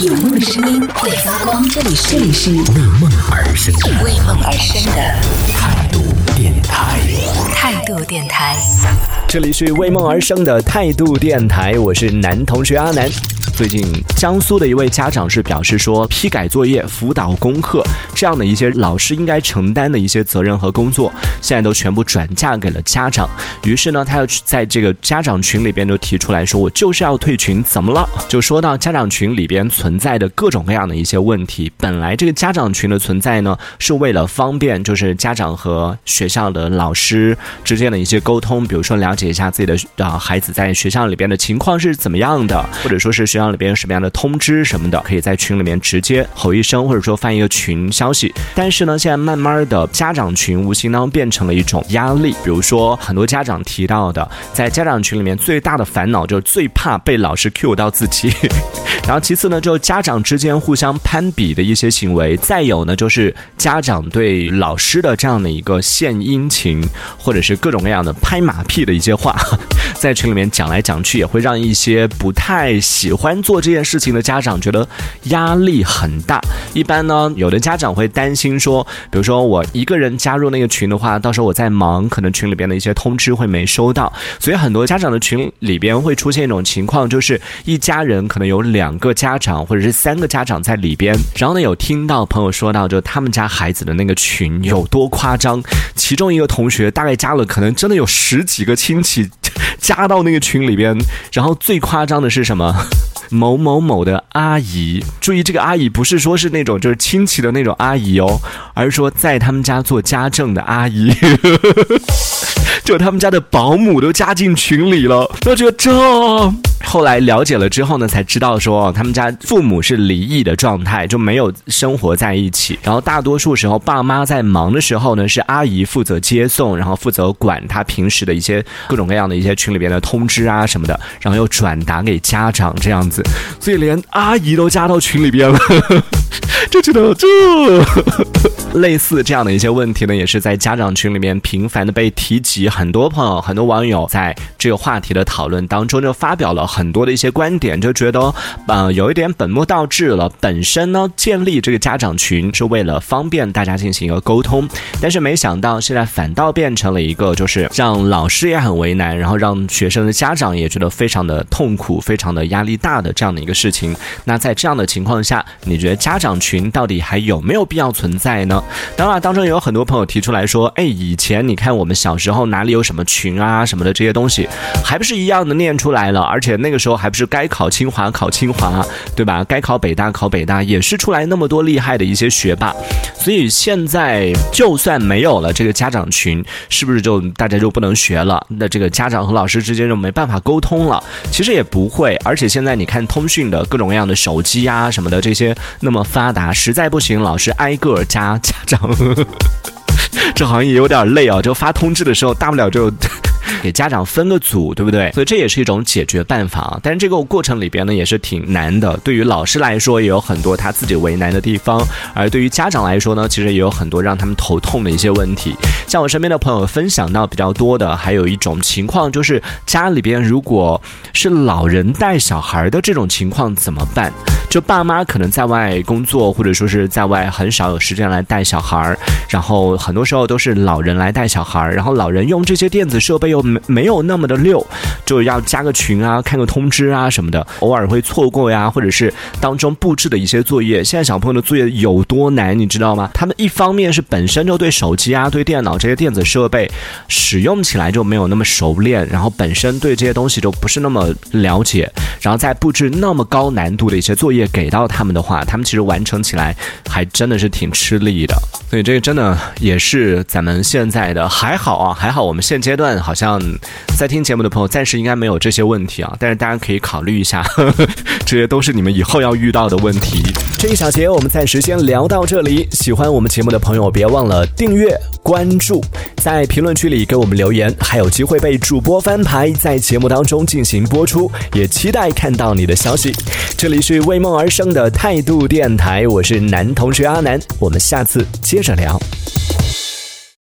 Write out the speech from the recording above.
有梦的声音会发光，这里是为梦而生的， 为梦而生的态度电台。 态度电台， 这里是为梦而生的态度电台，我是男同学阿南。最近江苏的一位家长是表示说，批改作业、辅导功课这样的一些老师应该承担的一些责任和工作，现在都全部转嫁给了家长。于是呢，他要在这个家长群里边就提出来说，我就是要退群，怎么了？就说到家长群里边存在的各种各样的一些问题。本来这个家长群的存在呢，是为了方便就是家长和学校的老师之间的一些沟通，比如说了解一下自己的孩子在学校里边的情况是怎么样的，或者说是学校里边有什么样的通知什么的，可以在群里面直接吼一声，或者说发一个群消息。但是呢，现在慢慢的家长群无形当中变成了一种压力。比如说很多家长提到的，在家长群里面最大的烦恼就是最怕被老师 cue 到自己然后其次呢，就家长之间互相攀比的一些行为，再有呢就是家长对老师的这样的一个献殷勤，或者是各种各样的拍马屁的一些话，在群里面讲来讲去，也会让一些不太喜欢做这件事情的家长觉得压力很大。一般呢，有的家长会担心说，比如说我一个人加入那个群的话，到时候我在忙，可能群里边的一些通知会没收到，所以很多家长的群里边会出现一种情况，就是一家人可能有2个家长或者是3个家长在里边。然后呢，有听到朋友说到，就他们家孩子的那个群有多夸张，其中一个同学大概加了可能真的有10几个亲戚加到那个群里边。然后最夸张的是什么？某某某的阿姨，注意这个阿姨不是说是那种就是亲戚的那种阿姨哦，而是说在他们家做家政的阿姨就他们家的保姆都加进群里了。我觉得这后来了解了之后呢，才知道说他们家父母是离异的状态，就没有生活在一起。然后大多数时候爸妈在忙的时候呢，是阿姨负责接送，然后负责管他平时的一些各种各样的一些群里边的通知啊什么的，然后又转达给家长这样子，所以连阿姨都加到群里边了就觉得这类似这样的一些问题呢，也是在家长群里面频繁的被提及。很多朋友很多网友在这个话题的讨论当中就发表了很多的一些观点，就觉得有一点本末倒置了。本身呢，建立这个家长群是为了方便大家进行一个沟通，但是没想到现在反倒变成了一个就是让老师也很为难，然后让学生的家长也觉得非常的痛苦，非常的压力大的这样的一个事情。那在这样的情况下，你觉得家长群到底还有没有必要存在呢？当然当中有很多朋友提出来说，以前你看我们小时候哪里有什么群啊什么的这些东西，还不是一样的念出来了，而且那个时候还不是该考清华考清华，对吧？该考北大考北大，也是出来那么多厉害的一些学霸。所以现在就算没有了这个家长群，是不是就大家就不能学了？那这个家长和老师之间就没办法沟通了？其实也不会，而且现在你看通讯的各种各样的手机啊什么的这些那么发达，实在不行老师挨个加家长这好像也有点累啊，就发通知的时候大不了就给家长分个组，对不对？所以这也是一种解决办法。但是这个过程里边呢，也是挺难的。对于老师来说，也有很多他自己为难的地方；而对于家长来说呢，其实也有很多让他们头痛的一些问题。像我身边的朋友分享到比较多的，还有一种情况就是家里边如果是老人带小孩的这种情况怎么办？就爸妈可能在外工作，或者说是在外很少有时间来带小孩，然后很多时候都是老人来带小孩，然后老人用这些电子设备又没有那么的溜，就要加个群啊，看个通知啊什么的，偶尔会错过呀，或者是当中布置的一些作业。现在小朋友的作业有多难，你知道吗？他们一方面是本身就对手机啊、对电脑这些电子设备使用起来就没有那么熟练，然后本身对这些东西就不是那么了解，然后再布置那么高难度的一些作业给到他们的话，他们其实完成起来还真的是挺吃力的。所以这个真的也是咱们现在的还好啊，还好我们现阶段好像在听节目的朋友暂时应该没有这些问题啊，但是大家可以考虑一下这些都是你们以后要遇到的问题。这一小节我们暂时先聊到这里，喜欢我们节目的朋友别忘了订阅关注，在评论区里给我们留言，还有机会被主播翻牌在节目当中进行播出，也期待看到你的消息。这里是为梦而生的态度电台，我是男同学阿南，我们下次接着聊。